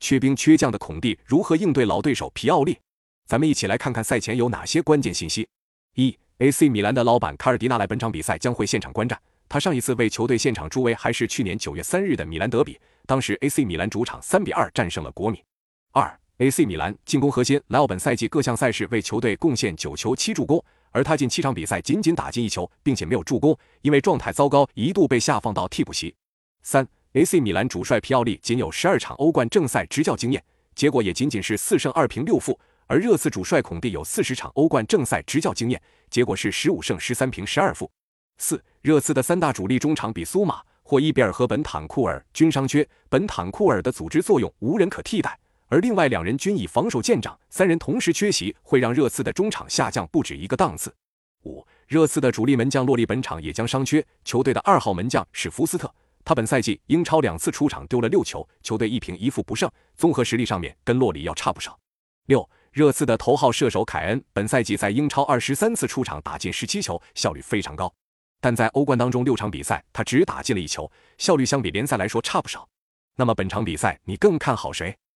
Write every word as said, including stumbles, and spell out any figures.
缺兵缺将的孔蒂如何应对老对手皮奥利？咱们一起来看看赛前有哪些关键信息。一 A C 米兰的老板卡尔迪纳莱本场比赛将会现场观战，他上一次为球队现场助威还是去年九月三日的米兰德比，当时 A C 米兰主场三比二战胜了国米。二 A C 米兰进攻核心莱奥本赛季各项赛事为球队贡献九球七助攻，而他近七场比赛仅仅打进一球，并且没有助攻，因为状态糟糕，一度被下放到替补席。三 A C 米兰主帅皮奥利仅有十二场欧冠正赛执教经验，结果也仅仅是四胜二平六负，而热刺主帅孔蒂有四十场欧冠正赛执教经验，结果是十五胜十三平十二负。四热刺的三大主力中场比苏马、霍伊比尔和本坦库尔均伤缺，本坦库尔的组织作用无人可替代，而另外两人均以防守见长，三人同时缺席会让热刺的中场下降不止一个档次。五热刺的主力门将洛利本场也将伤缺，球队的二号门将是福斯特，他本赛季英超两次出场丢了六球，球队一平一负不胜，综合实力上面跟洛里要差不少。六热刺的头号射手凯恩本赛季在英超二十三次出场打进十七球，效率非常高，但在欧冠当中六场比赛他只打进了一球，效率相比联赛来说差不少。那么本场比赛你更看好谁？